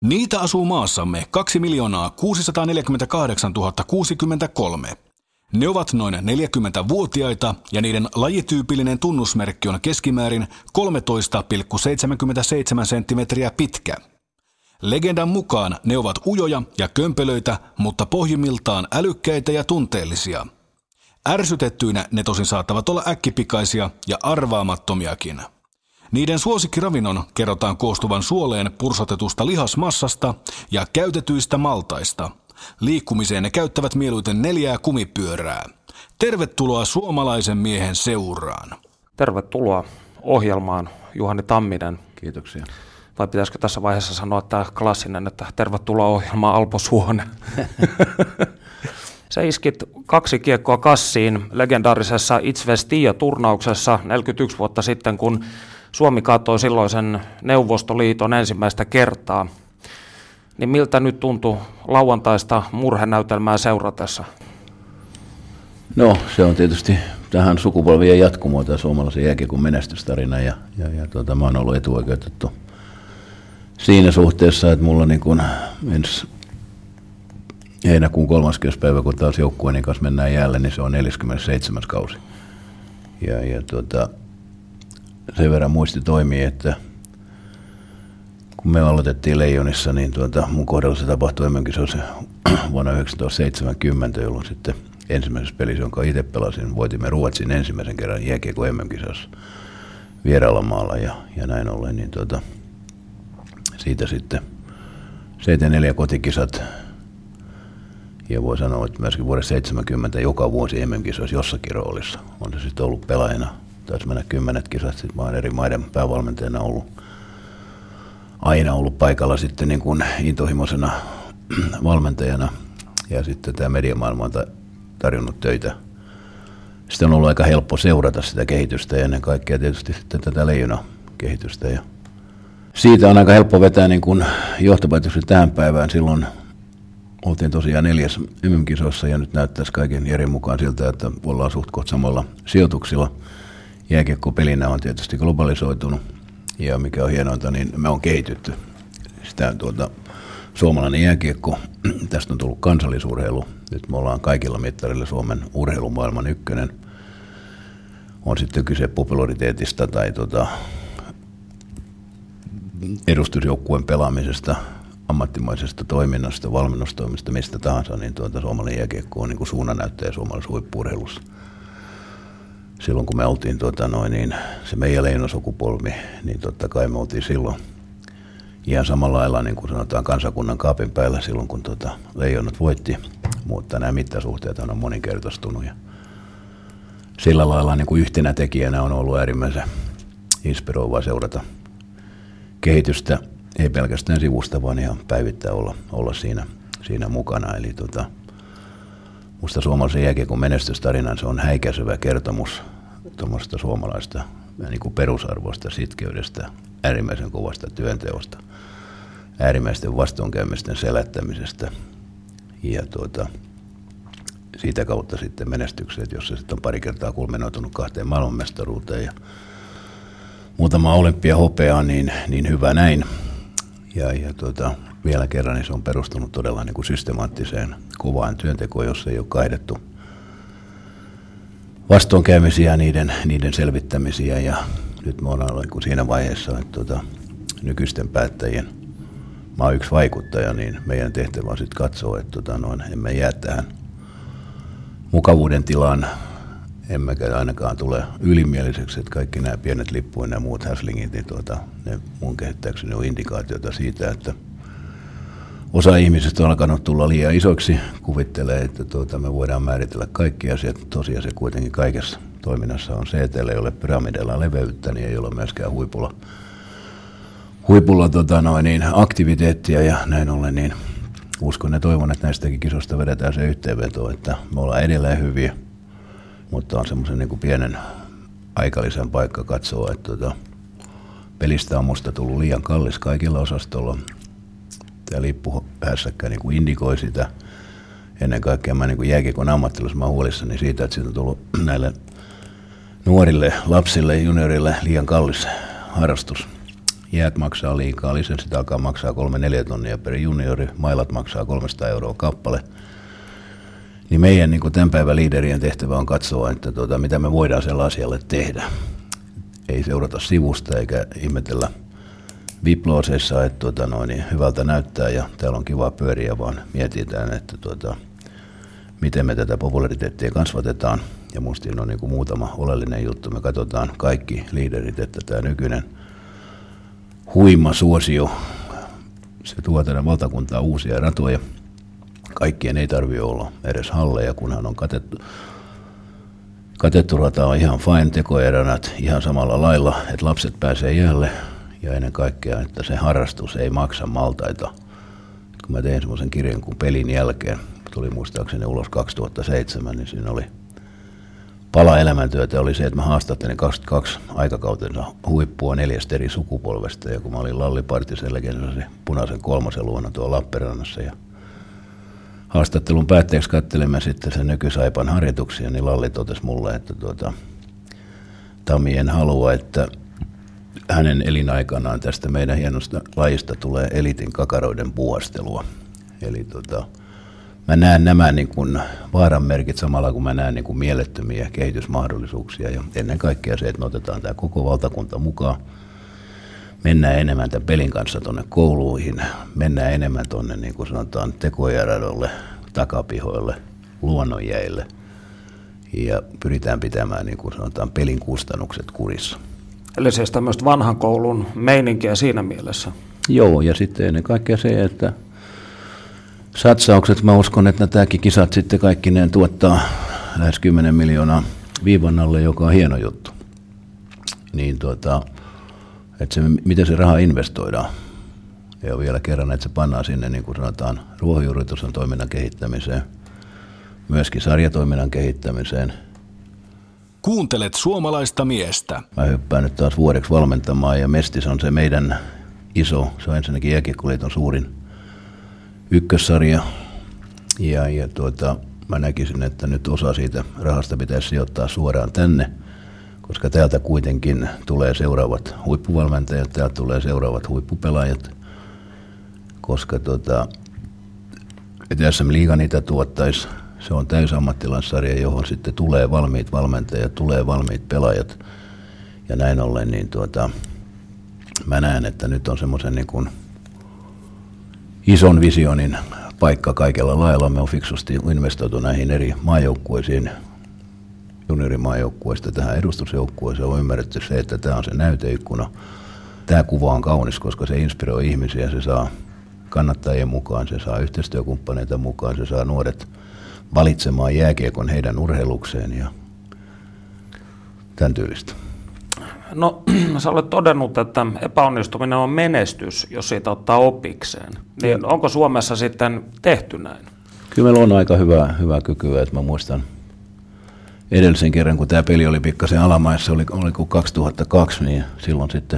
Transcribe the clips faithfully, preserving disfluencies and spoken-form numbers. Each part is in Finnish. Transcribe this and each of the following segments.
Niitä asuu maassamme kaksi miljoonaa kuusisataaneljäkymmentäkahdeksantuhatta kuusikymmentäkolme. Ne ovat noin neljäkymmentävuotiaita ja niiden lajityypillinen tunnusmerkki on keskimäärin kolmetoista pilkku seitsemänkymmentäseitsemän senttimetriä pitkä. Legendan mukaan ne ovat ujoja ja kömpelöitä, mutta pohjimmiltaan älykkäitä ja tunteellisia. Ärsytettyinä ne tosin saattavat olla äkkipikaisia ja arvaamattomiakin. Niiden suosikkiravinnon kerrotaan koostuvan suoleen pursotetusta lihasmassasta ja käytetyistä maltaista. Liikkumiseen ne käyttävät mieluiten neljää kumipyörää. Tervetuloa suomalaisen miehen seuraan. Tervetuloa ohjelmaan, Juhani Tamminen. Kiitoksia. Vai pitäisikö tässä vaiheessa sanoa tämä klassinen, että tervetuloa ohjelmaan Alpo Suhonen? Sä iskit kaksi kiekkoa kassiin legendaarisessa Izvestija-turnauksessa neljäkymmentäyksi vuotta sitten, kun Suomi kaatoi silloisen Neuvostoliiton ensimmäistä kertaa. Niin miltä nyt tuntui lauantaista murhenäytelmää seuratessa? No, se on tietysti tähän sukupolvien jatkumoa tämä suomalaisen jääkiekon menestystarina ja, ja, ja tuota, mä oon ollut etuoikeutettu siinä suhteessa, että mulla niin kun ensi heinäkuun kolmaskymmenes päivä, kun taas joukkueeni kanssa mennään jäälle, niin se on neljäskymmenesseitsemäs kausi. Ja, ja tuota, sen verran muisti toimii, että kun me aloitettiin Leijonissa, niin tuota, mun kohdalla se tapahtui emmänkin se vuonna yhdeksänsataaseitsemänkymmentä, jolloin sitten ensimmäisessä pelissä, jonka itse pelasin, voitimme Ruotsin ensimmäisen kerran jääkiekon M M-kisassa vieraalla maalla ja, ja näin ollen, niin tuota, siitä sitten seitsemänkymmentäneljä kotikisat ja voi sanoa, että myöskin vuodessa seitsemänkymmentä joka vuosi M M-kisoissa jossakin roolissa. On se sitten ollut pelaajana, taisi mennä kymmenet kisat, sitten mä oon eri maiden päävalmentajana ollut, aina ollut paikalla sitten niin kuin intohimoisena valmentajana ja sitten tämä mediamaailma on tarjonnut töitä. Sitten on ollut aika helppo seurata sitä kehitystä ja ennen kaikkea tietysti sitten tätä Leijona-kehitystä. Ja siitä on aika helppo vetää niin kuin johtopäätökset tähän päivään. Silloin oltiin tosiaan neljäs M M-kisoissa ja nyt näyttäisi kaiken järjen mukaan siltä, että ollaan suht kohta samalla sijoituksilla. Jääkiekko pelinä on tietysti globalisoitunut ja mikä on hienointa, niin me on kehitytty. Sitä tuota, suomalainen jääkiekko, tästä on tullut kansallisurheilu. Nyt me ollaan kaikilla mittarilla Suomen urheilumaailman ykkönen. On sitten kyse populariteetista tai tuota, edustusjoukkueen pelaamisesta, ammattimaisesta toiminnasta, valmennustoimista, mistä tahansa, niin tuota, suomalainen jääkiekko on niin kuin suunnannäyttäjä suomalaisessa huippu-urheilussa. Silloin kun me oltiin tuota, noin, niin se meidän leijonasukupolvi, niin totta kai me oltiin silloin ihan samalla lailla niin kuin sanotaan kansakunnan kaapin päällä silloin, kun tuota, leijonat voitti, mutta nämä mittasuhteet on moninkertaistunut ja sillä lailla niin kuin yhtenä tekijänä on ollut äärimmäisen inspiroivaa seurata kehitystä, ei pelkästään sivusta, vaan ihan päivittäin olla, olla siinä, siinä mukana. Eli tota, musta suomalaisen jääkiekon menestystarinan se on häikäisevä kertomus tuommoista suomalaista niin kuin perusarvoista, sitkeydestä, äärimmäisen kovasta työnteosta, äärimmäisten vastoinkäymisten selättämisestä ja tuota, siitä kautta sitten menestykset, jossa sitten on pari kertaa kulminoitunut kahteen maailmanmestaruuteen ja muutama olympiahopeaa, niin, niin hyvä näin. Ja, ja tuota, vielä kerran niin se on perustunut todella niin kuin systemaattiseen kovaan työntekoon, jossa ei ole kaidettu vastoinkäymisiä, niiden, niiden selvittämisiä ja nyt me ollaan niin kuin siinä vaiheessa, että tuota, nykyisten päättäjien, mä oon yksi vaikuttaja, niin meidän tehtävä on sitten katsoa, että tuota, noin, emme jää tähän mukavuuden tilaan, emmekä ainakaan tule ylimieliseksi, että kaikki nämä pienet lippuin ja muut häslingit, niin tuota, ne mun kehittääkseni on indikaatiota siitä, että osa ihmisistä on alkanut tulla liian isoiksi, kuvittelee, että tuota, me voidaan määritellä kaikki asiat. Tosiaan se kuitenkin kaikessa toiminnassa on se, että ei ole pyramidella leveyttä, niin ei ole myöskään huipulla, huipulla tota noin, niin aktiviteettia ja näin ollen, niin uskon ja toivon, että näistäkin kisoista vedetään se yhteenveto, että me ollaan edelleen hyviä, mutta on semmoisen niin kuin pienen aikalisen paikka katsoa, että tuota, pelistä on musta tullut liian kallis kaikilla osastolla. Tämä lippuhässäkkä niin kuin indikoi sitä. Ennen kaikkea mä niin kuin jääkiekon ammattilaisena mä oon huolissani siitä, että siitä on tullut näille nuorille lapsille, juniorille liian kallis harrastus. jäät maksaa liikaa, lisenssit alkaa maksaa kolme neljä tonnia per juniori, mailat maksaa kolmesataa euroa kappale. Niin meidän niin kuin tämän päivän liiderien tehtävä on katsoa, että tuota, mitä me voidaan sillä asialle tehdä. Ei seurata sivusta eikä ihmetellä viplooseissa, että tuota, noin, niin hyvältä näyttää ja täällä on kiva pyöriä, vaan mietitään, että tuota, miten me tätä populariteettia kasvatetaan. Ja musta on niin kuin muutama oleellinen juttu. Me katsotaan kaikki liiderit, että tämä nykyinen huima suosio, se tuo tänne valtakuntaan uusia ratoja. Kaikkien ei tarvitse olla edes halleja, kunhan on katettu. Katettu rata on ihan fine, tekoerännät ihan samalla lailla, että lapset pääsee jäälle ja ennen kaikkea, että se harrastus ei maksa maltaita. Kun mä tein semmoisen kirjan kuin Pelin jälkeen, tuli muistaakseni ulos kaksituhattaseitsemän, niin siinä oli pala elämäntyötä oli se, että mä haastattelin kaksikymmentäkaksi aikakautensa huippua neljästä eri sukupolvesta ja kun mä olin Lalli Partisen legendasi Punaisen kolmosen luona tuolla Lappeenrannassa ja haastattelun päätteeksi katselimme sitten sen nykysaipan harjoituksia, niin Lalli totesi mulle, että tuota, Tami, en halua, että hänen elinaikanaan tästä meidän hienosta lajista tulee elitin kakaroiden puuhastelua. Eli tota, mä näen nämä niin kuin vaaranmerkit samalla kun mä näen niin kuin mielettömiä kehitysmahdollisuuksia ja ennen kaikkea se, että me otetaan tämä koko valtakunta mukaan. Mennään enemmän tämän pelin kanssa tuonne kouluihin, mennään enemmän tuonne niin kuin sanotaan tekojäradolle, takapihoille, luonnonjäille ja pyritään pitämään niin kuin sanotaan pelin kustannukset kurissa. Eli siis tämmöistä vanhan koulun meininkiä siinä mielessä. Joo, ja sitten ennen kaikkea se, että satsaukset, mä uskon, että nämäkin kisat sitten kaikki ne tuottaa lähes kymmenen miljoonaa viivan alle, joka on hieno juttu. Niin tuota, että se, miten se raha investoidaan. Ja vielä kerran, että se pannaan sinne, niin kuin sanotaan, ruohonjuuritason toiminnan kehittämiseen, myöskin sarjatoiminnan kehittämiseen. Kuuntelet suomalaista miestä. Mä hyppään nyt taas vuodeksi valmentamaan ja Mestis on se meidän iso, se on ensinnäkin Jääkiekkoliiton suurin ykkössarja. Ja, ja tuota, mä näkisin, että nyt osa siitä rahasta pitäisi sijoittaa suoraan tänne, koska täältä kuitenkin tulee seuraavat huippuvalmentajat, täältä tulee seuraavat huippupelaajat, koska tuota, että S M-liiga niitä tuottaisi. Se on täysammattilaissarja, johon sitten tulee valmiit valmentajat, tulee valmiit pelaajat. Ja näin ollen, niin tuota, mä näen, että nyt on semmoisen niin kuin ison visionin paikka kaikella lailla. Me on fiksusti investoitu näihin eri maajoukkueisiin, juniorimaajoukkueista tähän edustusjoukkueeseen. On ymmärretty se, että tämä on se näyteikkuna. Tämä kuva on kaunis, koska se inspiroi ihmisiä, se saa kannattajien mukaan, se saa yhteistyökumppaneita mukaan, se saa nuoret valitsemaan jääkiekon heidän urheilukseen ja tämän tyylistä. No, sä olet todennut, että epäonnistuminen on menestys, jos siitä ottaa opikseen. Niin onko Suomessa sitten tehty näin? Kyllä meillä on aika hyvää, hyvää kykyä, että mä muistan edellisen kerran, kun tämä peli oli pikkasen alamaissa, oli, oli kuin kaksituhattakaksi, niin silloin sitten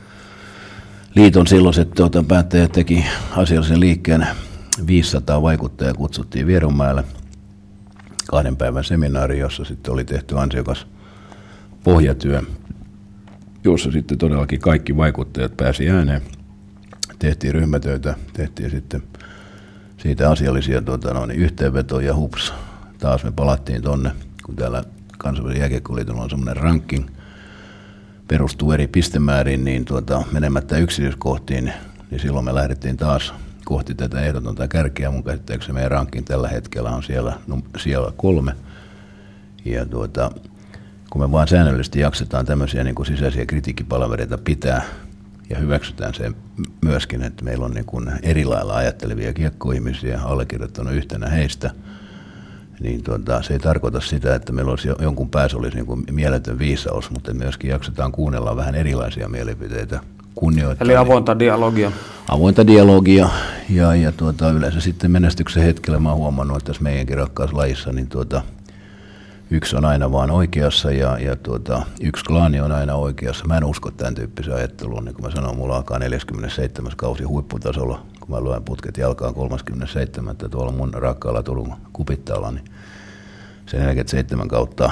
liiton silloiset tuota, päättäjät teki asiallisen liikkeen. viisisataa vaikuttajaa kutsuttiin Vierumäelle kahden päivän seminaari, jossa sitten oli tehty ansiokas pohjatyö, jossa sitten todellakin kaikki vaikuttajat pääsi ääneen. Tehtiin ryhmätöitä, tehtiin sitten siitä asiallisia tuota, no, niin yhteenvetoja ja hups. Taas me palattiin tonne, kun täällä Kansainvälisen jääkiekkoliitolla on semmoinen ranking, perustuu eri pistemääriin, niin tuota, menemättä yksityiskohtiin, niin silloin me lähdettiin taas kohti tätä ehdotonta kärkeä. Mun käsittääkseni meidän rankin tällä hetkellä on siellä, no, siellä kolme. Ja tuota, kun me vaan säännöllisesti jaksetaan tämmöisiä niin kuin sisäisiä kritiikkipalavereita pitää ja hyväksytään se myöskin, että meillä on niin kuin eri lailla ajattelevia kiekkoihmisiä, allekirjoittanut yhtenä heistä, niin tuota, se ei tarkoita sitä, että meillä olisi jonkun päässä olisi niin kuin mieletön viisaus, mutta myöskin jaksetaan kuunnella vähän erilaisia mielipiteitä. Eli avointa dialogia. Avointa dialogia ja, ja tuota, yleensä sitten menestyksen hetkellä mä oon huomannut, että tässä meidänkin rakkaassa lajissa, niin tuota, yksi on aina vaan oikeassa ja, ja tuota, yksi klaani on aina oikeassa. Mä en usko tämän tyyppisen ajatteluun, niin kuin mä sanoin, mulla alkaa neljäskymmenesseitsemäs kausi huipputasolla, kun mä luen putket jalkaan kolmaskymmenesseitsemäs tuolla mun rakkaalla Turun Kupittaalla, niin se neljäkymmentäseitsemän kautta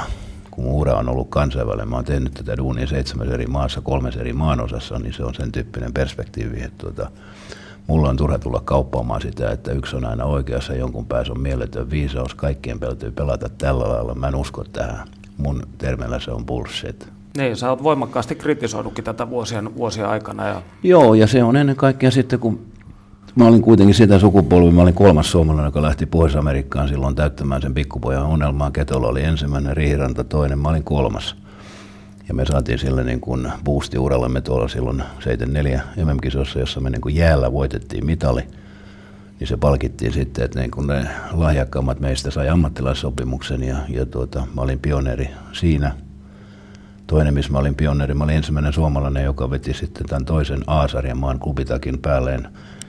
kun mun ura on ollut kansainvälinen, mä oon tehnyt tätä duunia seitsemässä eri maassa, kolmessa eri maanosassa, niin se on sen tyyppinen perspektiivi, että tuota, mulla on turha tulla kauppaamaan sitä, että yksi on aina oikeassa, jonkun päässä on mieletön viisaus, kaikkien täytyy pelata tällä lailla. Mä en usko tähän. Mun termeillä se on bullshit. Niin, sä oot voimakkaasti kritisoidutkin tätä vuosien, vuosien aikana. Ja... Joo, ja se on ennen kaikkea sitten, kun mä olin kuitenkin sitä sukupolvia, mä olin kolmas suomalainen, joka lähti Pohjois-Amerikkaan silloin täyttämään sen pikkupojan unelmaa. Ketola oli ensimmäinen, Riihiranta toinen, mä olin kolmas. Ja me saatiin sille niin kuin boosti-urallamme tuolla silloin seitsemänkymmentäneljä M M-kisossa, jossa me niin kuin jäällä voitettiin mitali. Niin se palkittiin sitten, että niin kuin ne lahjakkaammat meistä sai ammattilaissopimuksen ja, ja tuota, mä olin pioneeri siinä. Toinen, missä mä olin pioneeri, mä olin ensimmäinen suomalainen, joka veti sitten tämän toisen A-sarjan maan klubitakin päälleen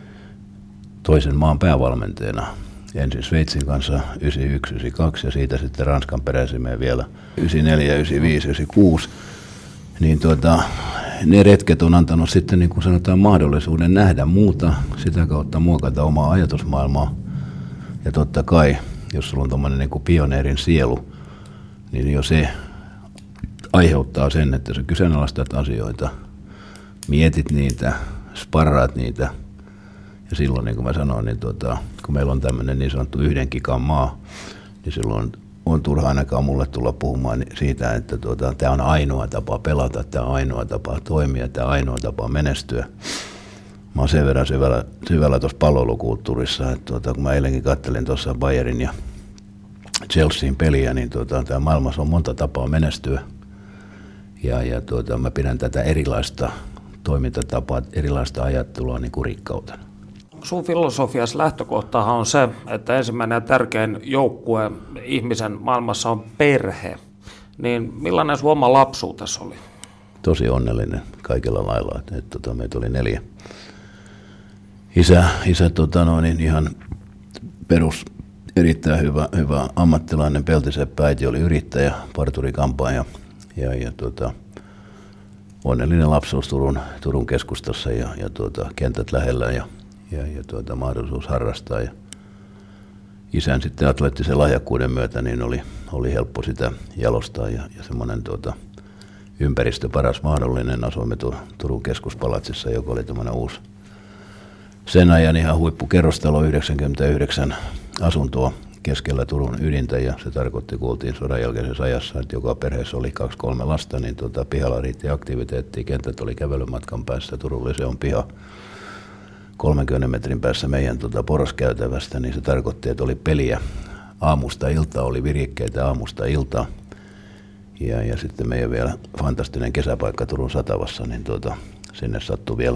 toisen maan päävalmentajana. Ensin Sveitsin kanssa yhdeksänkymmentäyksi yhdeksänkymmentäkaksi ja siitä sitten Ranskan peräsimeen vielä yhdeksänkymmentäneljä yhdeksänkymmentäviisi yhdeksänkymmentäkuusi. Niin tuota, ne retket on antanut sitten niin kuin sanotaan mahdollisuuden nähdä muuta, sitä kautta muokata omaa ajatusmaailmaa. Ja totta kai, jos sulla on tommoinen niin kuin pioneerin sielu, niin jo se aiheuttaa sen, että sä kyseenalaistat asioita, mietit niitä, sparraat niitä. Ja silloin, niin kuin mä sanoin, niin tuota, kun meillä on tämmöinen niin sanottu yhden kikan maa, niin silloin on turha ainakaan mulle tulla puhumaan siitä, että tuota, tämä on ainoa tapa pelata, tämä on ainoa tapa toimia, tämä on ainoa tapa menestyä. Mä oon sen verran syvällä, syvällä tuossa palvelukulttuurissa, että tuota, kun mä eilenkin kattelin tuossa Bayerin ja Chelsean peliä, niin tuota, tämä maailmassa on monta tapaa menestyä. Ja, ja tuota, mä pidän tätä erilaista toimintatapaa, erilaista ajattelua niin kuin rikkautena. Sun filosofias lähtökohtahan on se, että ensimmäinen ja tärkein joukkue ihmisen maailmassa on perhe. Niin millainen sun oma lapsuutesi oli? Tosi onnellinen kaikilla lailla. Että, että, että meitä oli neljä. Isä, isä tota noin, niin ihan perus, erittäin hyvä, hyvä ammattilainen peltiseppä. Äiti oli yrittäjä, parturi-kampaaja ja, ja tota, onnellinen lapsuus Turun, Turun keskustassa ja, ja tuota, kentät lähellä ja ja, ja tuota, mahdollisuus harrastaa. Ja isän sitten atleettisen lahjakkuuden myötä niin oli, oli helppo sitä jalostaa ja, ja semmoinen tuota, ympäristö paras mahdollinen. Asuimme Turun keskuspalatsissa, joka oli tämmöinen uusi sen ajan ihan huippukerrostalo, yhdeksänkymmentäyhdeksän asuntoa keskellä Turun ydintä ja se tarkoitti, kun oltiin sodan jälkeisessä ajassa, että joka perheessä oli kaksi kolme lasta, niin tuota, pihalla riitti aktiviteettia, kentät oli kävelymatkan päässä, Turun Lyseon piha kolmenkymmenen metrin päässä meidän tuota, poroskäytävästä, niin se tarkoitti, että oli peliä aamusta iltaa, oli virikkeitä aamusta iltaa. Ja, ja sitten meidän vielä fantastinen kesäpaikka Turun Satavassa, niin tuota, sinne sattui vielä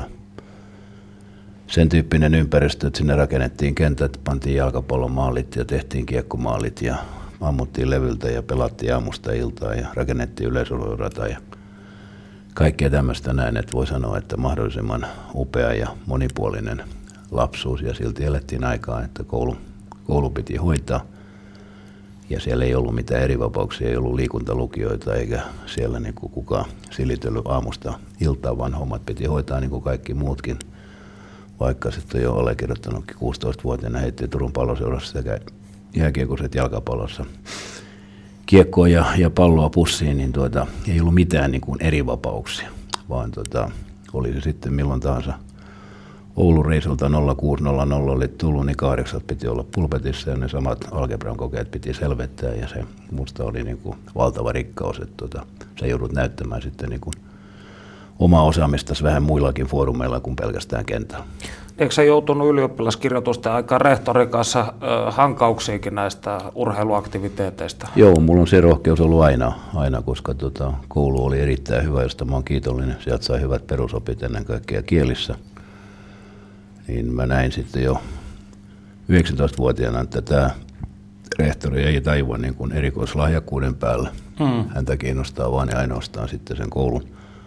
sen tyyppinen ympäristö, että sinne rakennettiin kentät, pantiin jalkapallon maalit ja tehtiin kiekkomaalit ja ammuttiin levyltä ja pelattiin aamusta iltaa ja rakennettiin yleisurheilurata ja kaikkea tämmöistä näin, että voi sanoa, että mahdollisimman upea ja monipuolinen lapsuus ja silti elettiin aikaa, että koulu, koulu piti hoitaa ja siellä ei ollut mitään erivapauksia, ei ollut liikuntalukioita eikä siellä niin kuin kukaan silitellyt aamusta iltaan, vaan hommat piti hoitaa niin kuin kaikki muutkin, vaikka sitten jo allekirjoittanutkin kuusitoistavuotiaana heitti Turun Palloseurassa sekä jääkiekoiset jalkapallossa kiekkoa ja, ja palloa pussiin, niin tuota, ei ollut mitään niin kuin erivapauksia, vaan tuota, oli se sitten milloin tahansa Oulun reisulta nolla kuusi nolla nolla oli tullut, niin kahdeksalta piti olla pulpetissa ja ne samat algebran kokeet piti selvittää ja se musta oli niin kuin valtava rikkaus, että tuota, sä joudut näyttämään sitten niin kuin omaa osaamistasi vähän muillakin foorumeilla kuin pelkästään kentällä. Eikö sä joutunut ylioppilaskirjoitusten aikaan rehtorin kanssa äh, hankauksiinkin näistä urheiluaktiviteeteista? Joo, mulla on se rohkeus ollut aina, aina koska tota, koulu oli erittäin hyvä, josta mä oon kiitollinen. Sieltä sai hyvät perusopit ennen kaikkea kielissä. Niin mä näin sitten jo yhdeksäntoistavuotiaana, että tämä rehtori ei taivua niin kuin erikoislahjakkuuden päällä. Hmm. Häntä kiinnostaa vaan ja ainoastaan sitten sen koulun,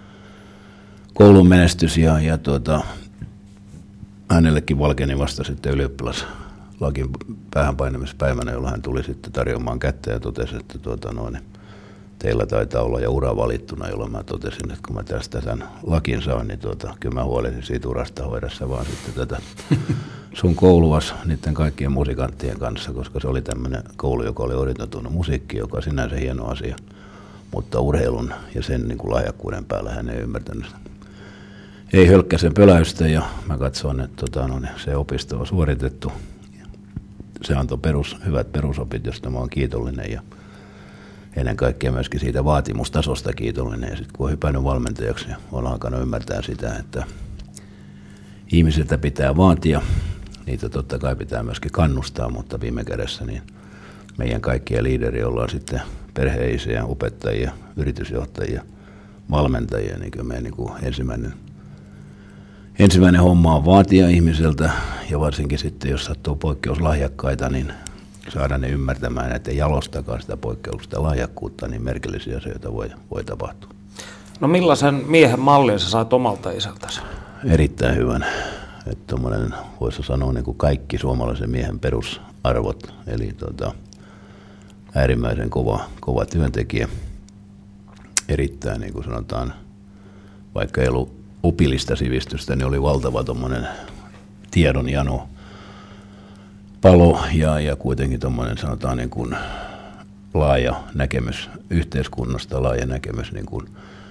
koulun menestys ja, ja tuota, hänellekin valkeni vasta sitten ylioppilaslakin päähänpainamispäivänä, jolla hän tuli sitten tarjoamaan kättä ja totesi, että tuota noin, teillä taitaa olla ja ura valittuna, jolloin mä totesin, että kun mä tästä tämän lakin saan, niin tuota, kyllä mä huolisin siitä urasta hoidassa vaan sitten tätä sun kouluas niiden kaikkien musikanttien kanssa, koska se oli tämmöinen koulu, joka oli orientoitunut musiikkiin, joka on sinänsä hieno asia. mutta urheilun ja sen niin kuin lahjakkuuden päällä hän ei ymmärtänyt ei Hölkkäsen pöläystä, ja mä katson, että tota, no, se opisto on suoritettu. Se antoi perus, hyvät perusopit, josta mä oon kiitollinen, ja ennen kaikkea myöskin siitä vaatimustasosta kiitollinen. Ja sitten kun on hypännyt valmentajaksi, niin on alkanut ymmärtää sitä, että ihmisiltä pitää vaatia, niitä totta kai pitää myöskin kannustaa, mutta viime kädessä niin meidän kaikkia liideriä ollaan sitten perheisiä, opettajia, yritysjohtajia, valmentajia, niin kuin meidän niin kuin ensimmäinen Ensimmäinen homma on vaatia ihmiseltä, ja varsinkin sitten, jos sattuu poikkeuslahjakkaita, niin saada ne ymmärtämään, että jalostakaan sitä poikkeuksesta lahjakkuutta, niin merkillisiä asioita voi, voi tapahtua. No millaisen miehen mallin sä sait omalta isältäsi? Erittäin hyvän. Että tommoinen, voisi sanoa, niin kuin kaikki suomalaisen miehen perusarvot, eli tota, äärimmäisen kova, kova työntekijä. Erittäin, niin kuin sanotaan, vaikka ei ollut opillista sivistystä, niin oli valtava tommoinen tiedonjano palo ja, ja kuitenkin tommoinen, sanotaan, niin kuin laaja näkemys yhteiskunnasta, laaja näkemys niin kuin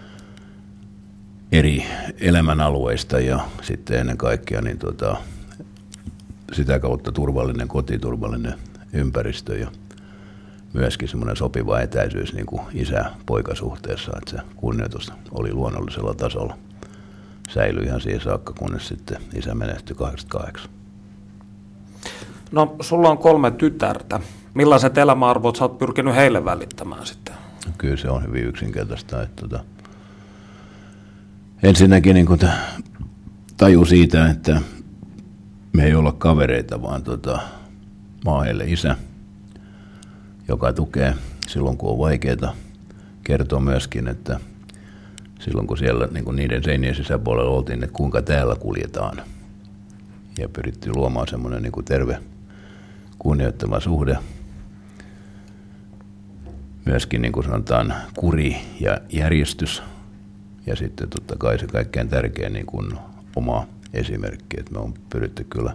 eri elämänalueista ja sitten ennen kaikkea niin tota, sitä kautta turvallinen koti, turvallinen ympäristö ja myöskin semmoinen sopiva etäisyys niin kuin isä-poikasuhteessa, että se kunnioitus oli luonnollisella tasolla. Säilyi ihan siihen saakka, kunnes sitten isä menehtyi kahdeksankymmentäkahdeksan. No, sulla on kolme tytärtä. Millaiset elämäarvot sä oot pyrkinyt heille välittämään sitten? No, kyllä se on hyvin yksinkertaista. Että tota, ensinnäkin niin kun taju siitä, että me ei olla kavereita, vaan tota, mä oon heille isä, joka tukee silloin, kun on vaikeaa. Kertoo myöskin, että silloin kun siellä niin kuin niiden seinien sisäpuolella oltiin, että kuinka täällä kuljetaan. Ja pyrittiin luomaan semmoinen niin kuin terve, kunnioittava suhde. Myöskin niin kuin sanotaan kuri ja järjestys. Ja sitten totta kai se kaikkein tärkein niin kuin oma esimerkki. Että me on pyritty kyllä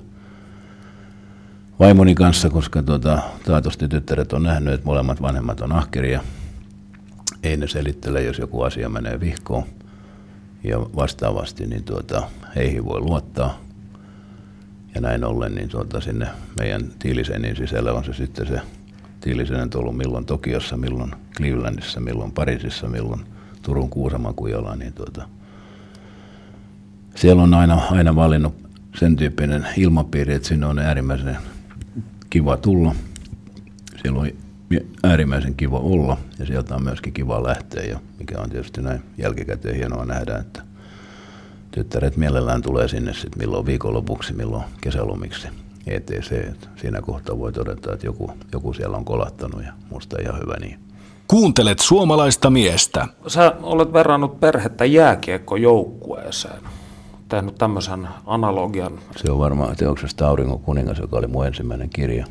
vaimoni kanssa, koska tuota, taatusti tyttäret on nähnyt, että molemmat vanhemmat on ahkeria. Ei ne selittele, jos joku asia menee vihkoon. Ja vastaavasti niin tuota, heihin voi luottaa. Ja näin ollen niin tuota, sinne meidän tiilisenin sisällä on se sitten se tiilisenen ollut milloin Tokiossa, milloin Clevelandissa, milloin Pariisissa, milloin Turun Kuusamakujalla. Niin tuota, siellä on aina, aina valinnut sen tyyppinen ilmapiiri, että sinne on äärimmäisen kiva tulla. Siellä on äärimmäisen kiva olla ja sieltä on myöskin kiva lähteä, ja mikä on tietysti näin jälkikäteen hienoa nähdä, että tyttäret mielellään tulee sinne sitten milloin viikonlopuksi, milloin kesälomiksi, et cetera. Siinä kohtaa voi todeta, että joku, joku siellä on kolahtanut ja musta ihan hyvä niin. Kuuntelet suomalaista miestä. Sä olet verrannut perhettä jääkiekkojoukkueeseen. Tehnyt tämmöisen analogian. Se on varmaan teoksesta Auringon kuningas, joka oli mun ensimmäinen kirja.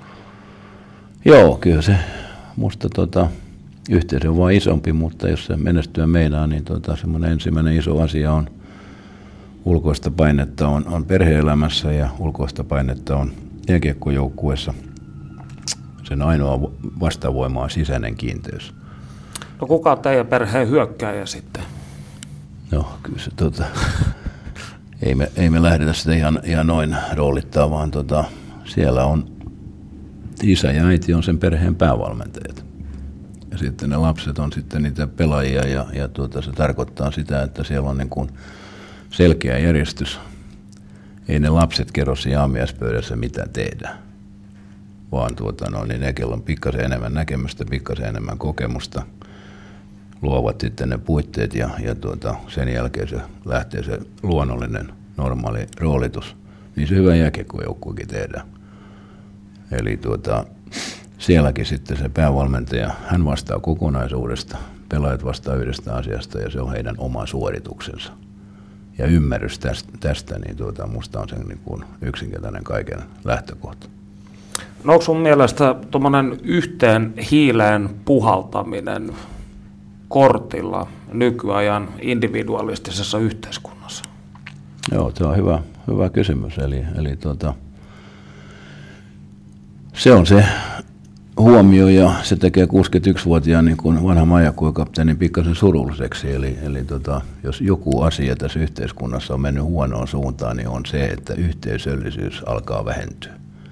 Joo, kyllä se musta tota, yhteisö on vaan isompi, mutta jos se menestyä meinaa, niin tota, semmoinen ensimmäinen iso asia on ulkoista painetta on, on perhe-elämässä ja ulkoista painetta on jääkiekkojoukkueessa. Sen ainoa vastavoima on sisäinen kiinteys. No kuka on teidän perheen hyökkääjä sitten? No kyllä se tota, ei, me, ei me lähdetä sitä ihan, ihan noin roolittaa, vaan tota, siellä on isä ja äiti on sen perheen päävalmentajat. Ja sitten ne lapset on sitten niitä pelaajia ja, ja tuota, se tarkoittaa sitä, että siellä on niin kuin selkeä järjestys. Ei ne lapset kerro siinä aamiaispöydässä mitä tehdään, vaan tuota, no, niin ne, kello on pikkasen enemmän näkemystä, pikkasen enemmän kokemusta, luovat sitten ne puitteet ja, ja tuota, sen jälkeen se lähtee se luonnollinen normaali roolitus. Niin se hyvä jääkiekkojoukkuekin tehdään. Eli tuota, sielläkin sitten se päävalmentaja, hän vastaa kokonaisuudesta, pelaajat vastaa yhdestä asiasta ja se on heidän oma suorituksensa. Ja ymmärrys tästä, tästä niin tuota, musta on sen niin kuin yksinkertainen kaiken lähtökohta. No onko sun mielestä tuommoinen yhteen hiileen puhaltaminen kortilla nykyajan individualistisessa yhteiskunnassa? Joo, se on hyvä, hyvä kysymys. Eli, eli tuota, se on se huomio ja se tekee kuusikymmentäyksivuotiaan niin kuin vanha majakuikapteenin pikkasen surulliseksi. Eli, eli tota, jos joku asia tässä yhteiskunnassa on mennyt huonoon suuntaan, niin on se, että yhteisöllisyys alkaa vähentyä.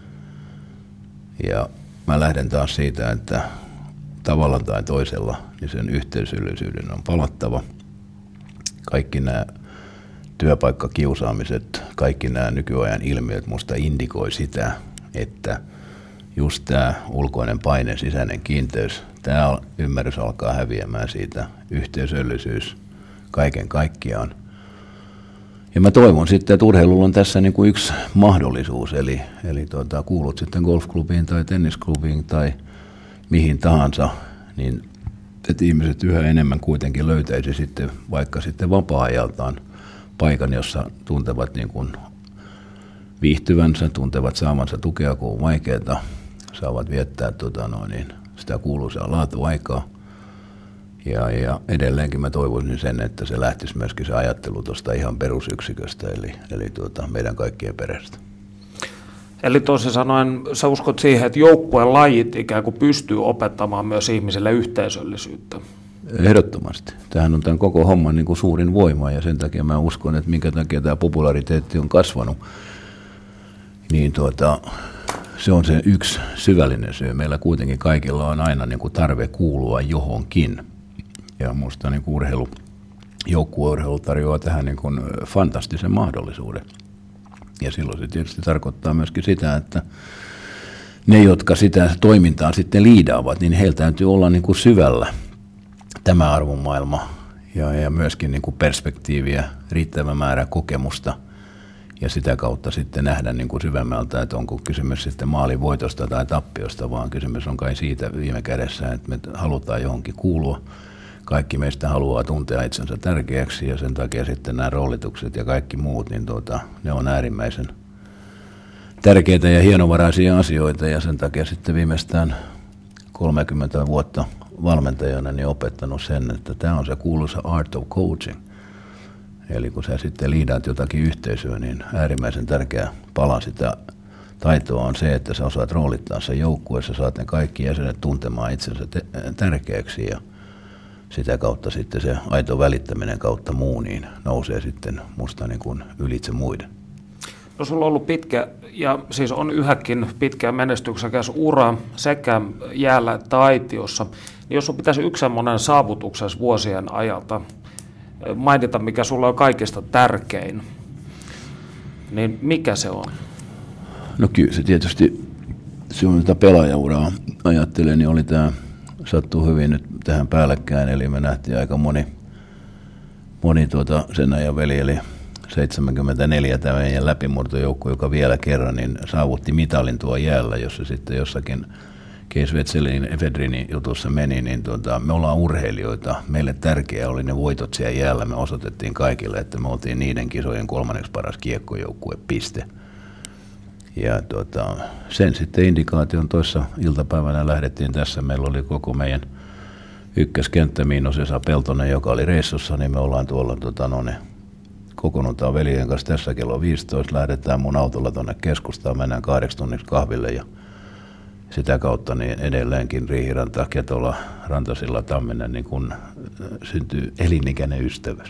Ja mä lähden taas siitä, että tavalla tai toisella niin sen yhteisöllisyyden on palattava. Kaikki nämä työpaikkakiusaamiset, kaikki nämä nykyajan ilmiöt musta indikoi sitä, että just tämä ulkoinen paine, sisäinen kiinteys, tämä ymmärrys alkaa häviämään siitä, yhteisöllisyys kaiken kaikkiaan. Ja mä toivon sitten, että urheilulla on tässä niin kuin yksi mahdollisuus, eli, eli tuota, kuulut sitten golfklubiin tai tennisklubiin tai mihin tahansa, niin että ihmiset yhä enemmän kuitenkin löytäisi sitten vaikka sitten vapaa-ajaltaan paikan, jossa tuntevat niin kuin viihtyvänsä, tuntevat saamansa tukea, kun on vaikeaa, saavat viettää tota, no, niin, sitä kuuluisaa laatuaikaa. Ja, ja edelleenkin mä toivoisin sen, että se lähtisi myöskin se ajattelu tuosta ihan perusyksiköstä, eli, eli tuota, meidän kaikkien perästä. Eli toisin sanoen sä uskot siihen, että joukkueen lajit ikään kuin pystyy opettamaan myös ihmisille yhteisöllisyyttä? Ehdottomasti. Tämähän on tämän koko homman niin kuin suurin voima, ja sen takia mä uskon, että minkä takia tämä populariteetti on kasvanut, niin tuota, se on se yksi syvällinen syy. Meillä kuitenkin kaikilla on aina niin kuin tarve kuulua johonkin. Ja minusta niin kuin urheilu, joukkueurheilu tarjoaa tähän niin kuin fantastisen mahdollisuuden. Ja silloin se tietysti tarkoittaa myöskin sitä, että ne, jotka sitä toimintaa sitten liidaavat, niin heillä täytyy olla niin kuin syvällä tämä arvomaailma ja, ja myöskin niin kuin perspektiiviä, riittävä määrä kokemusta ja sitä kautta sitten nähdä niin kuin syvemmältä, että onko kysymys sitten maalin voitosta tai tappiosta, vaan kysymys on kai siitä viime kädessä, että me halutaan johonkin kuulua. Kaikki meistä haluaa tuntea itsensä tärkeäksi ja sen takia sitten nämä roolitukset ja kaikki muut, niin tuota, ne on äärimmäisen tärkeitä ja hienovaraisia asioita ja sen takia sitten viimeistään kolmekymmentä vuotta valmentajana niin opettanut sen, että tämä on se kuuluisa art of coaching. Eli kun sä sitten liidaat jotakin yhteisöä, niin äärimmäisen tärkeä pala sitä taitoa on se, että sä osaat roolittaa sen joukkueessa, saat ne kaikki jäsenet tuntemaan itsensä te- tärkeäksi ja sitä kautta sitten se aito välittäminen kautta muu niin nousee sitten musta niin kuin ylitse muiden. No sulla on ollut pitkä, ja siis on yhäkin pitkä menestyksekäs ura sekä jäällä että aitiossa. Niin jos sun pitäisi yksi semmoinen saavutuksessa vuosien ajalta mainita, mikä sulla on kaikista tärkein, niin mikä se on? No kyllä se tietysti, se on tätä pelaajauraa ajattelen, niin oli tämä, sattuu hyvin nyt tähän päällekkäin, eli me nähtiin aika moni, moni tuota sen ajan veli, eli seitsemänkymmentäneljä tämä meidän läpimurtojoukko, joka vielä kerran niin saavutti mitalin tuo jäällä, jossa sitten jossakin Kees Wetzelin Efedrinin jutussa meni, niin tuota, me ollaan urheilijoita. Meille tärkeää oli ne voitot siellä jäällä. Me osoitettiin kaikille, että me oltiin niiden kisojen kolmanneksi paras kiekkojoukkue, piste. Ja tuota, sen sitten indikaation toissa iltapäivänä lähdettiin tässä. Meillä oli koko meidän ykköskenttä miinus Esa Peltonen, joka oli reissussa, niin me ollaan tuolla tuota, no ne, kokoonnutaan veljen kanssa tässä kello viisitoista. Lähdetään mun autolla tuonne keskustaan, mennään kahdeksi tunniksi kahville ja sitä kautta niin edelleenkin Riihiranta, Ketola, Rantasilla, Tamminen niin kun syntyy elinikäinen ystävyys,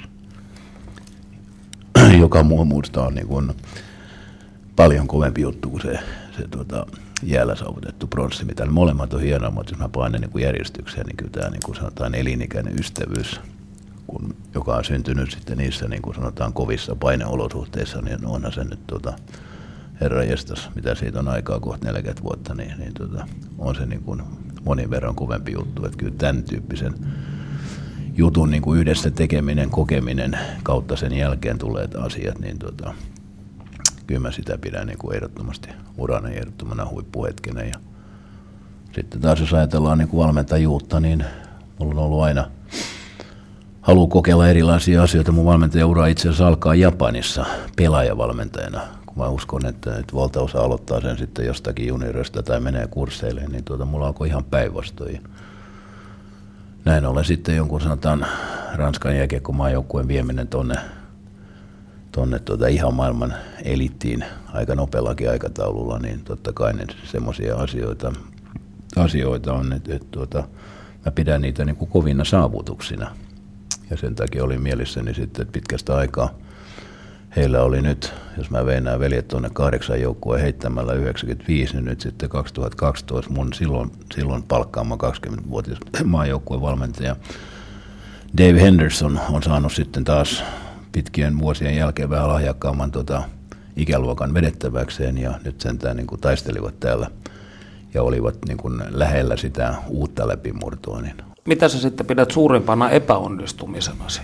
joka mua muusta on niin kun paljon kovempi juttu kuin se, se tuota, jäällä saavutettu pronssi, mitä molemmat on hienoa, mutta jos mä painan niin järjestykseen, niin kyllä tämä niin kuin sanotaan elinikäinen ystävyys, kun, joka on syntynyt sitten niissä niin kuin sanotaan kovissa paineolosuhteissa, niin onhan se nyt tuota, herra jestas, mitä siitä on aikaa kohta neljäkymmentä vuotta, niin, niin tota, on se niin kuin monin verran kovempi juttu. Että kyllä tämän tyyppisen jutun niin kuin yhdessä tekeminen, kokeminen kautta sen jälkeen tulee asiat, niin tota, kyllä mä sitä pidän niin kuin ehdottomasti urana ja ehdottomana huippuhetkenä. Ja sitten taas jos ajatellaan niin kuin valmentajuutta, niin mulla on ollut aina halu kokeilla erilaisia asioita. Mun valmentajaura itse asiassa alkaa Japanissa pelaajavalmentajana. Mä uskon, että, että valtaosa aloittaa sen sitten jostakin juniorista tai menee kursseille, niin tuota, mulla alkoi ihan päinvastoin. Näin ollen sitten jonkun sanotaan Ranskan jääkiekkomaajoukkueen vieminen tonne, tonne tuota ihan maailman elittiin aika nopeallakin aikataululla, niin totta kai ne semmoisia asioita asioita on, että, että tuota, mä pidän niitä niin kuin kovina saavutuksina. Ja sen takia oli mielessäni sitten, että pitkästä aikaa heillä oli nyt, jos mä vein nämä veljet tuonne kahdeksan joukkueen heittämällä yhdeksänkymmentäviisi, niin nyt sitten kaksituhattakaksitoista mun silloin, silloin palkkaama kaksikymmentävuotias maajoukkueen valmentaja Dave Henderson on saanut sitten taas pitkien vuosien jälkeen vähän lahjakkaamman tota, ikäluokan vedettäväkseen ja nyt sentään niin kuin taistelivat täällä ja olivat niin kuin lähellä sitä uutta läpimurtoa. Niin. Mitä sä sitten pidät suurimpana epäonnistumisenasi?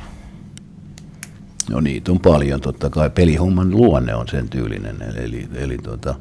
No niitä on paljon, totta kai pelihomman luonne on sen tyylinen, eli, eli tota,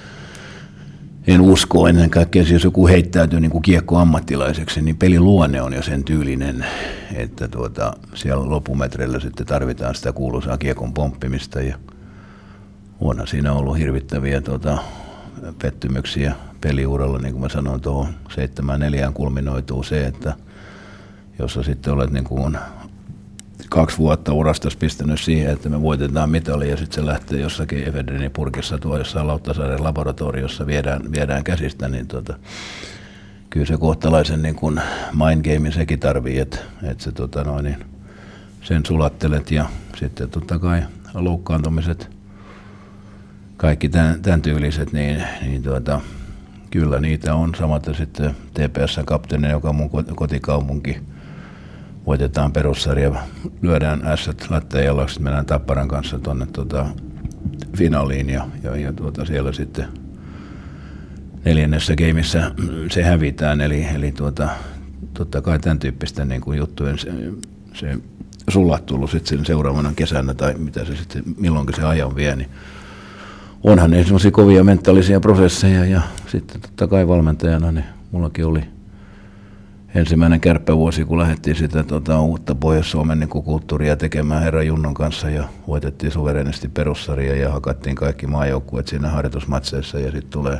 en usko ennen kaikkea, jos joku heittäytyy niin kuin kiekkoammattilaiseksi, niin peliluonne on jo sen tyylinen, että tuota, siellä loppumetreillä sitten tarvitaan sitä kuuluisaa kiekon pomppimista ja onhan siinä ollut hirvittäviä tuota, pettymyksiä peliuralla, niin kuin mä sanoin, tuohon seitsemään neljään kulminoituu se, että jos sä sitten olet niin kuin kaksi vuotta urastas pistänyt siihen, että me voitetaan mitali ja sitten se lähtee jossakin Efedrinin purkissa tuo jossain Lauttasaaren laboratoriossa viedään, viedään käsistä, niin tota, kyllä se kohtalaisen niin kuin mind gamein sekin tarvii, että, että se, tota noin, niin sen sulattelet ja sitten totta kai loukkaantumiset, kaikki tämän, tämän tyyliset, niin, niin tuota, kyllä niitä on. Samaten sitten T P S-kapteeni, joka on mun kotikaupunki, voitetaan perussarja, lyödään ässät latteen jaloksi, mennään Tapparan kanssa tuonne tuota, finaaliin ja, ja, ja tuota, siellä sitten neljännessä gameissa se hävitään. Eli, eli tuota, totta kai tämän tyyppisten niin kuin juttujen se, se sulattelu sitten sen seuraavana kesänä tai mitä se sitten, milloinkin se ajan vie, niin onhan ne semmoisia kovia mentaalisia prosesseja ja sitten totta kai valmentajana niin mullakin oli ensimmäinen kärppävuosi, kun lähdettiin sitä tota, uutta Pohjois-Suomen niin kulttuuria tekemään herra Junnon kanssa ja voitettiin suverenisti perussarja ja hakattiin kaikki maajoukkueet siinä harjoitusmatseissa ja sitten tulee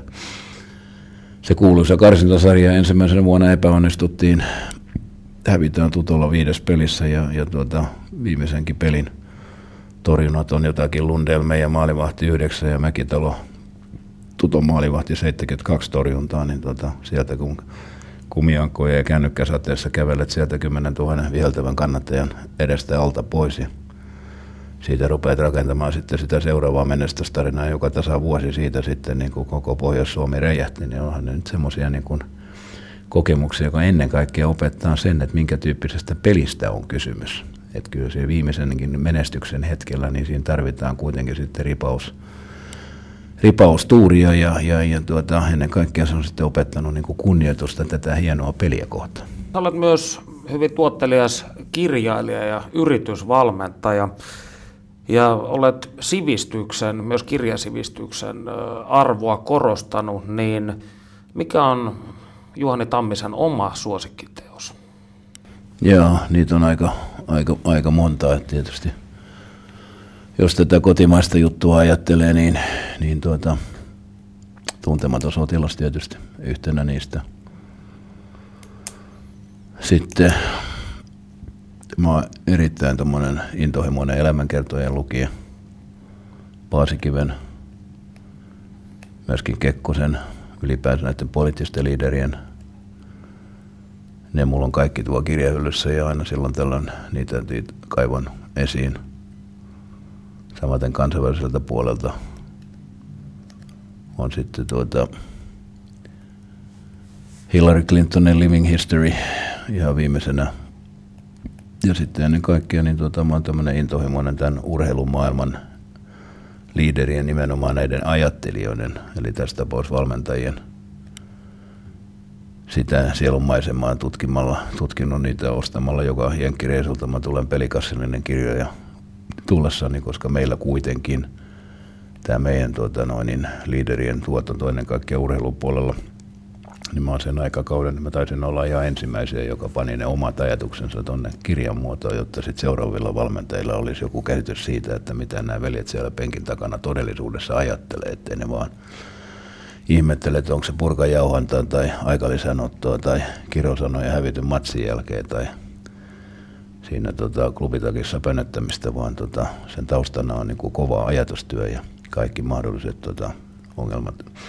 se kuuluisa karsintasarja. Ensimmäisenä vuonna epäonnistuttiin, hävitään Tutolla viides pelissä ja, ja tuota, viimeisenkin pelin torjunnat on jotakin Lundelme ja maalivahti yhdeksän ja Mäkitalo Tuton maalivahti seitsemänkymmentäkaksi torjuntaa, niin tuota, sieltä kun kumiankkoja ja kännykkäsateessa kävelet sieltä kymmenen tuhannen viheltävän kannattajan edestä alta pois ja siitä rupeat rakentamaan sitten sitä seuraavaa menestystarinaa, joka tasa vuosi siitä sitten niin kuin koko Pohjois-Suomi räjähti, niin onhan ne nyt semmoisia niin kuin kokemuksia, joka ennen kaikkea opettaa sen, että minkä tyyppisestä pelistä on kysymys. Että kyllä se viimeisenkin menestyksen hetkellä, niin siinä tarvitaan kuitenkin sitten ripaus, ripaustuuria ja, ja, ja tuota, ennen kaikkea se on sitten opettanut niin kuin kunnioitusta tätä hienoa peliä kohtaan. Olet myös hyvin tuottelias kirjailija ja yritysvalmentaja ja olet sivistyksen, myös kirjasivistyksen arvoa korostanut, niin mikä on Juhani Tammisen oma suosikkiteos? Joo, niitä on aika, aika, aika monta, että tietysti jos tätä kotimaista juttua ajattelee, niin, niin tuota, Tuntematon sotilas tietysti yhtenä niistä. Sitten mä oon erittäin tommonen intohimoinen elämänkertojen lukija. Paasikiven, myöskin Kekkosen, ylipäänsä näiden poliittisten liiderien. Ne mulla on kaikki tuo kirjahyllyssä ja aina silloin tällöin niitä kaivon esiin. Samaten kansainväliseltä puolelta on sitten tuota Hillary Clintonin Living History ihan viimeisenä. Ja sitten ennen kaikkea niin tuota, mä oon tämmönen intohimoinen tämän urheilumaailman liiderien, nimenomaan näiden ajattelijoiden, eli tästä tapauksessa valmentajien, sitä sielunmaisemaa tutkimalla, tutkinut niitä ostamalla joka jenkkireisulta. Mä tulen pelikassillinen kirja ja tullessani, koska meillä kuitenkin tämä meidän tuota, noin, liiderien tuotanto ennen kaikkea urheilupuolella, niin mä oon sen aikakauden, mä taisin olla ihan ensimmäisiä, joka pani ne omat ajatuksensa tuonne kirjan muotoon, jotta sitten seuraavilla valmentajilla olisi joku käsitys siitä, että mitä nämä veljet siellä penkin takana todellisuudessa ajattelee, ettei ne vaan ihmettele, että onko se purkajauhantaa tai aikalisänottoa tai kirosanoja hävityn matsin jälkeen tai siinä tota, klubitakissa pönöttämistä, vaan tota, sen taustana on niinku kova ajatustyö ja kaikki mahdolliset tota, ongelmat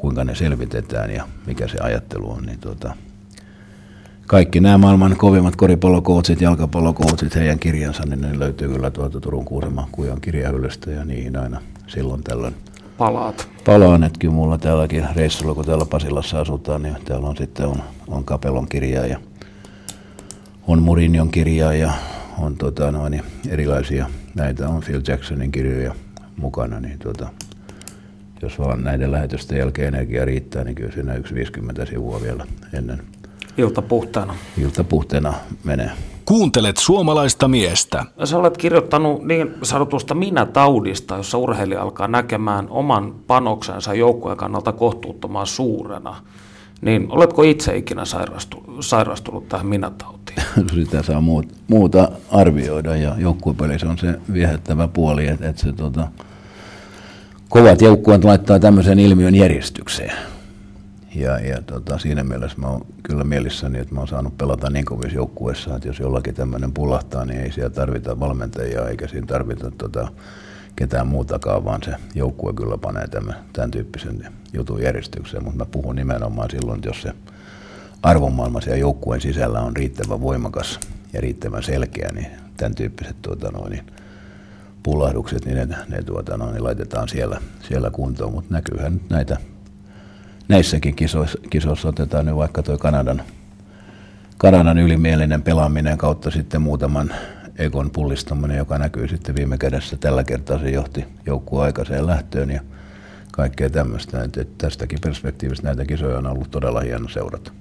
kuinka ne selvitetään ja mikä se ajattelu on, niin tuota, kaikki nämä maailman kovimmat koripallokoutsit, jalkapallokoutsit, heidän kirjansa, niin ne löytyy kyllä tuolta Turun Kuusamon Kujon kirjahyllystä ja niihin aina silloin tällöin Palaat. Palaan, että kyllä mulla täälläkin reissulla, kun täällä Pasilassa asutaan, niin täällä on sitten on, on Capellon kirjaa ja on Mourinhon kirjaa ja on tota, noin, erilaisia, näitä on Phil Jacksonin kirjoja mukana, niin tota, jos vaan näiden lähetysten jälkeen energia riittää, niin kyllä siinä yksi viisikymmentä sivua vielä ennen Ilta puhtaana. Ilta puhteena menee. Kuuntelet suomalaista miestä. Sä olet kirjoittanut niin sanotusta minä-taudista, jossa urheilija alkaa näkemään oman panoksensa joukkueen kannalta kohtuuttoman suurena. Niin oletko itse ikinä sairastunut, sairastunut tähän minä-tautiin? Sitä saa muuta arvioida ja joukkuepelissä on se viehättävä puoli, että, että se tota, kovat joukkueet laittaa tämmöisen ilmiön järjestykseen. Ja, ja tota, siinä mielessä mä oon kyllä mielissäni, että mä oon saanut pelata niin kovissa joukkueessa, että jos jollakin tämmöinen pulahtaa, niin ei siellä tarvita valmentajia eikä siinä tarvita tota, ketään muutakaan, vaan se joukkue kyllä panee tämän, tämän tyyppisen jutun järjestykseen. Mutta mä puhun nimenomaan silloin, että jos se arvomaailma siellä joukkueen sisällä on riittävän voimakas ja riittävän selkeä, niin tämän tyyppiset tuota, noin, pulahdukset, niin ne, ne, tuota, noin, niin laitetaan siellä, siellä kuntoon. Mutta näkyyhän nyt näitä. Näissäkin kisoissa, kisoissa otetaan nyt vaikka tuo Kanadan, Kanadan ylimielinen pelaaminen kautta sitten muutaman ekon pullistaminen, joka näkyy sitten viime kädessä. Tällä kertaa se johti joukkueen aikaiseen lähtöön ja kaikkea tämmöistä. Et, et tästäkin perspektiivistä näitä kisoja on ollut todella hieno seurata.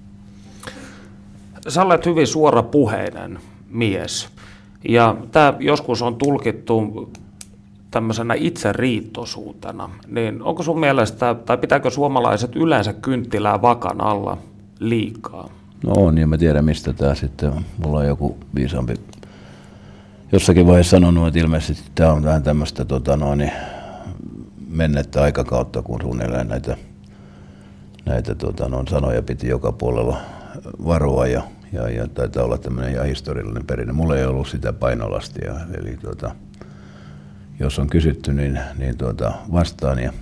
Sä olet hyvin suorapuheinen mies ja tämä joskus on tulkittu tämmöisenä itseriittoisuutena, niin onko sun mielestä, tai pitääkö suomalaiset yleensä kynttilää vakan alla liikaa? No on, ja mä tiedän mistä tää sitten on. Mulla on joku viisaampi jossakin vaiheessa sanonut, että ilmeisesti tää on vähän tämmöistä tota noin, mennettä aikakautta, kun suunnilleen näitä, näitä tota noin, sanoja piti joka puolella varoa, ja, ja, ja taitaa olla tämmöinen ihan historiallinen perinne. Mulla ei ollut sitä painolastia, eli tota, jos on kysytty, niin, niin tuota, vastaan ja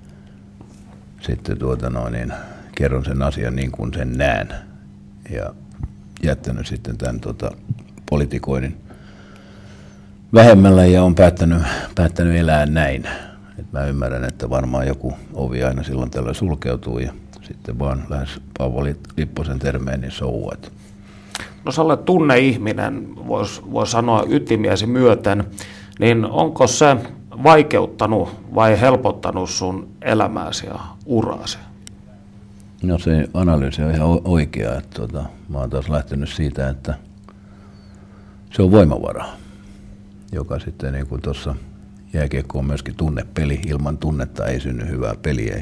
sitten tuota, no, niin, kerron sen asian niin kuin sen näen ja jättänyt sitten tämän tuota, politikoinnin vähemmällä ja on päättänyt, päättänyt elää näin. Et mä ymmärrän, että varmaan joku ovi aina silloin tällöin sulkeutuu ja sitten vaan lähes Paavo Lipposen termeen, niin so what. No sä olet tunneihminen, voisi vois sanoa ytimiesi myöten. Niin onko se vaikeuttanut vai helpottanut sun elämääsi ja uraasi? No se analyysi on ihan oikea. Että tuota, mä oon taas lähtenyt siitä, että se on voimavara, joka sitten niin kuin tuossa jääkiekko on myöskin tunnepeli. Ilman tunnetta ei synny hyvää peliä.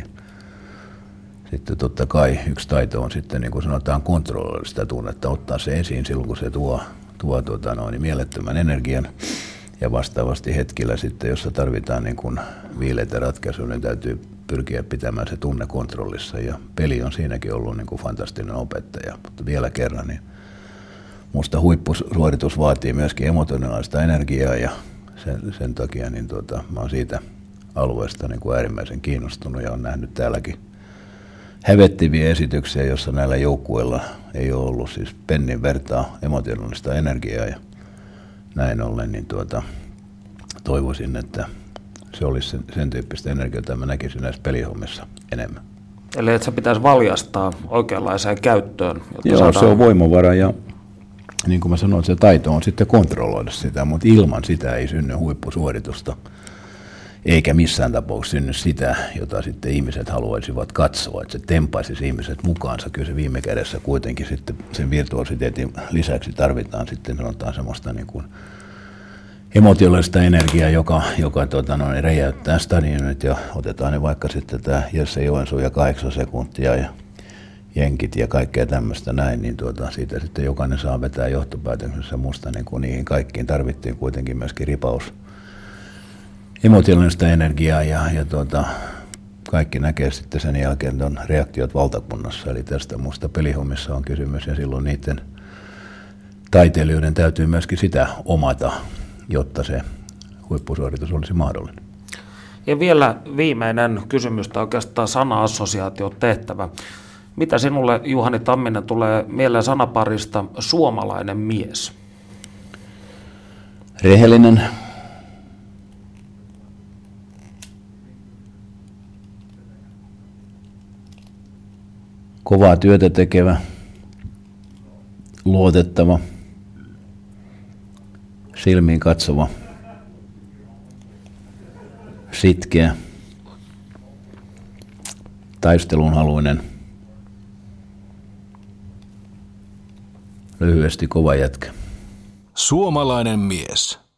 Sitten totta kai yksi taito on sitten, niin kuin sanotaan, kontrolloida sitä tunnetta, ottaa se esiin silloin, kun se tuo, tuo tuota, noin, mielettömän energian. Ja vastaavasti hetkillä sitten, jossa tarvitaan niin kuin viileitä ratkaisuja, niin täytyy pyrkiä pitämään se tunne kontrollissa. Ja peli on siinäkin ollut niin kuin fantastinen opettaja. Mutta vielä kerran, niin musta huippusuoritus vaatii myöskin emotionaalista energiaa ja sen, sen takia niin tuota, mä oon siitä alueesta niin kuin äärimmäisen kiinnostunut ja on nähnyt täälläkin hävettiviä esityksiä, jossa näillä joukkueilla ei ole ollut siis pennin vertaa emotionaalista energiaa. Ja näin ollen niin tuota, toivoisin, että se olisi sen, sen tyyppistä energiaa, jota mä näkisin näissä pelihommissa enemmän. Eli että se pitäisi valjastaa oikeanlaiseen käyttöön. Joo, saadaan... se on voimavara ja niin kuin mä sanoin, se taito on sitten kontrolloida sitä, mutta ilman sitä ei synny huippusuoritusta. Eikä missään tapauksessa synny sitä, jota sitten ihmiset haluaisivat katsoa, että se tempaisisi ihmiset mukaansa. Kyllä se viime kädessä kuitenkin sitten sen virtuositeetin lisäksi tarvitaan sitten sanotaan semmoista niin kuin emotionaalista energiaa, joka, joka tuota, no, räjäyttää stadionit ja otetaan ne vaikka sitten tämä Jesse Joensuu ja kahdeksan sekuntia ja jenkit ja kaikkea tämmöistä näin, niin tuota, siitä sitten jokainen saa vetää johtopäätöksessä. Musta niin kuin niihin kaikkiin tarvittiin kuitenkin myöskin ripaus emotionaalista energiaa ja, ja tuota, kaikki näkee sitten sen jälkeen on reaktiot valtakunnassa. Eli tästä musta pelihommissa on kysymys ja silloin niiden taiteilijoiden täytyy myöskin sitä omata, jotta se huippusuoritus olisi mahdollinen. Ja vielä viimeinen kysymys, tai oikeastaan sana-assosiaation tehtävä. Mitä sinulle, Juhani Tamminen, tulee mieleen sanaparista suomalainen mies? Rehellinen, kovaa työtä tekevä, luotettava, silmiin katsova, sitkeä, taistelunhaluinen, lyhyesti kova jätkä. Suomalainen mies.